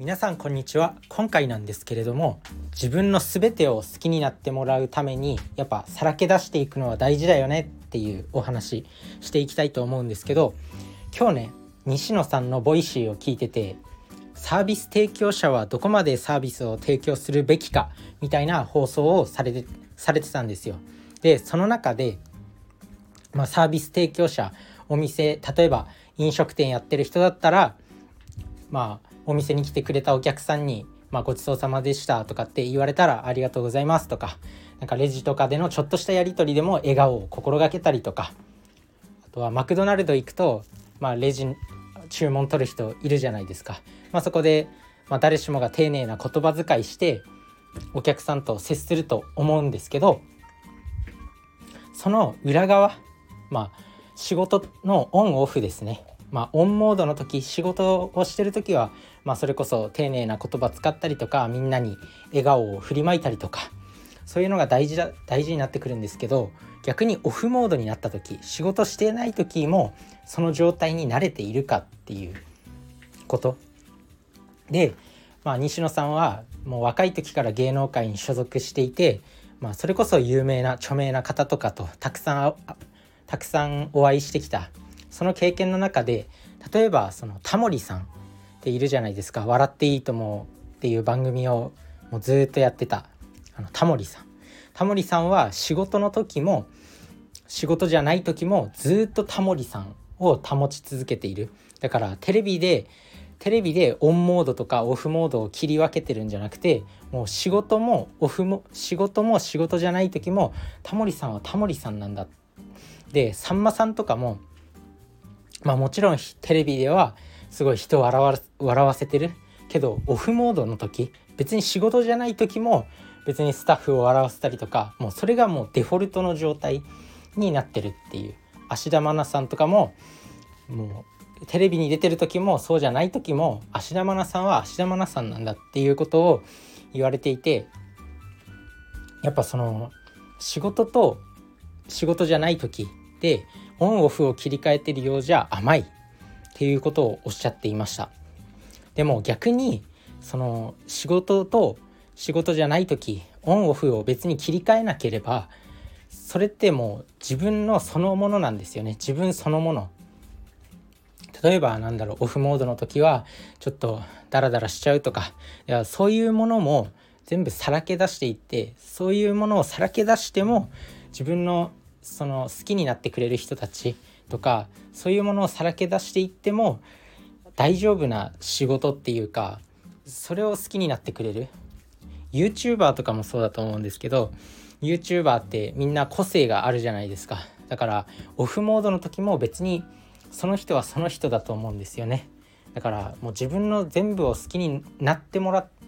皆さんこんにちは。今回なんですけれども、自分の全てを好きになってもらうためにやっぱさらけ出していくのは大事だよねっていうお話していきたいと思うんですけど、今日ね、西野さんのボイシーを聞いてて、サービス提供者はどこまでサービスを提供するべきかみたいな放送をされてたんですよ。でその中で、サービス提供者、お店、例えば飲食店やってる人だったら、お店に来てくれたお客さんに、ごちそうさまでしたとかって言われたらありがとうございますとか、なんかレジとかでのちょっとしたやり取りでも笑顔を心がけたりとか、あとはマクドナルド行くと、レジ注文取る人いるじゃないですか。そこで、誰しもが丁寧な言葉遣いしてお客さんと接すると思うんですけど、その裏側、仕事のオンオフですね。オンモードの時、仕事をしてる時は、それこそ丁寧な言葉使ったりとか、みんなに笑顔を振りまいたりとか、そういうのが大事になってくるんですけど、逆にオフモードになった時、仕事してない時もその状態に慣れているかっていうことで、西野さんはもう若い時から芸能界に所属していて、それこそ有名な著名な方とかとたくさんお会いしてきた。その経験の中で、例えばそのタモリさんっているじゃないですか。笑っていいともっていう番組をもうずっとやってたタモリさんは仕事の時も仕事じゃない時もずっとタモリさんを保ち続けている。だからテレビでオンモードとかオフモードを切り分けてるんじゃなくて、もう仕事もオフも仕事じゃない時もタモリさんはタモリさんなんだ。でさんまさんとかも、もちろんテレビではすごい人を笑わせてるけど、オフモードの時、別に仕事じゃない時も別にスタッフを笑わせたりとか、もうそれがもうデフォルトの状態になってるっていう。芦田愛菜さんとかも、もうテレビに出てる時もそうじゃない時も芦田愛菜さんは芦田愛菜さんなんだっていうことを言われていて、やっぱその仕事と仕事じゃない時でオンオフを切り替えてるようじゃ甘いっていうことをおっしゃっていました。でも逆にその仕事と仕事じゃない時、オンオフを別に切り替えなければ、それってもう自分のそのものなんですよね。自分そのもの。例えばオフモードの時はちょっとダラダラしちゃうとか、そういうものも全部さらけ出していって、そういうものをさらけ出しても自分のその好きになってくれる人たちとか、そういうものをさらけ出していっても大丈夫な仕事っていうか、それを好きになってくれる YouTuber とかもそうだと思うんですけど、 YouTuber ってみんな個性があるじゃないですか。だからオフモードの時も別にその人はその人だと思うんですよね。だからもう自分の全部を好きになってもらって、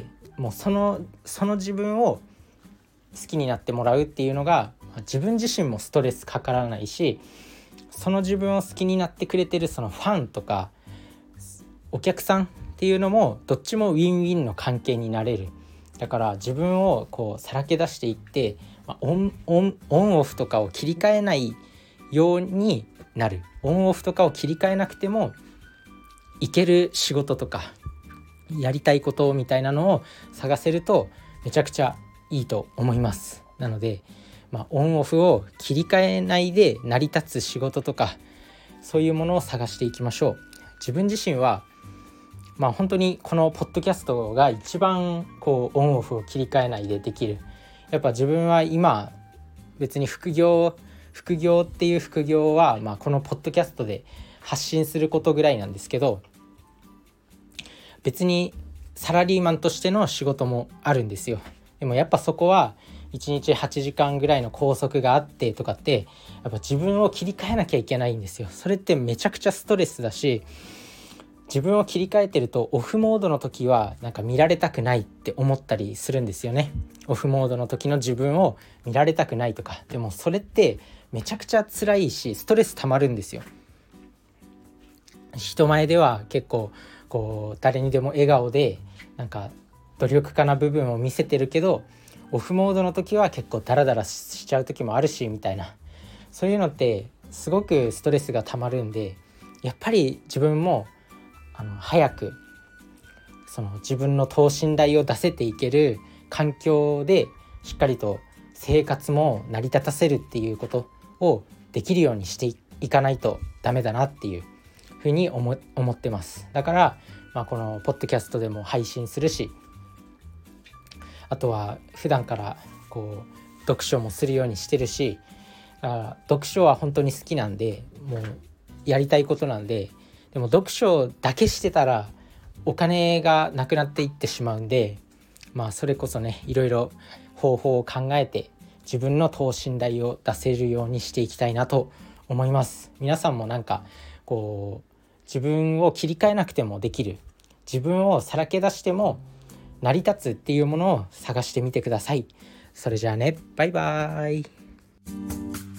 もうその自分を好きになってもらうっていうのが、自分自身もストレスかからないし、その自分を好きになってくれてるそのファンとかお客さんっていうのもどっちもウィンウィンの関係になれる。だから自分をこうさらけ出していって、オンオフとかを切り替えないようになる。オンオフとかを切り替えなくてもいける仕事とかやりたいことみたいなのを探せるとめちゃくちゃいいと思います。なので、オンオフを切り替えないで成り立つ仕事とか、そういうものを探していきましょう。自分自身は本当にこのポッドキャストが一番こうオンオフを切り替えないでできる。やっぱ自分は今別に副業っていう副業は、このポッドキャストで発信することぐらいなんですけど、別にサラリーマンとしての仕事もあるんですよ。でもやっぱそこは1日8時間ぐらいの拘束があってとかって、やっぱ自分を切り替えなきゃいけないんですよ。それってめちゃくちゃストレスだし、自分を切り替えてるとオフモードの時は見られたくないって思ったりするんですよね。オフモードの時の自分を見られたくないとか。でもそれってめちゃくちゃ辛いし、ストレス溜まるんですよ。人前では結構こう誰にでも笑顔で努力家な部分を見せてるけど、オフモードの時は結構ダラダラしちゃう時もあるしみたいな。そういうのってすごくストレスが溜まるんで、やっぱり自分も早くその自分の等身大を出せていける環境でしっかりと生活も成り立たせるっていうことをできるようにしていかないとダメだなっていうふうに思ってます。だから、このポッドキャストでも配信するし、あとは普段からこう読書もするようにしてるし、読書は本当に好きなんで、もうやりたいことなんで。でも読書だけしてたらお金がなくなっていってしまうんで、それこそね、いろいろ方法を考えて自分の等身大を出せるようにしていきたいなと思います。皆さんもなんかこう自分を切り替えなくてもできる、自分をさらけ出しても成り立つっていうものを探してみてください。それじゃあね、バイバーイ。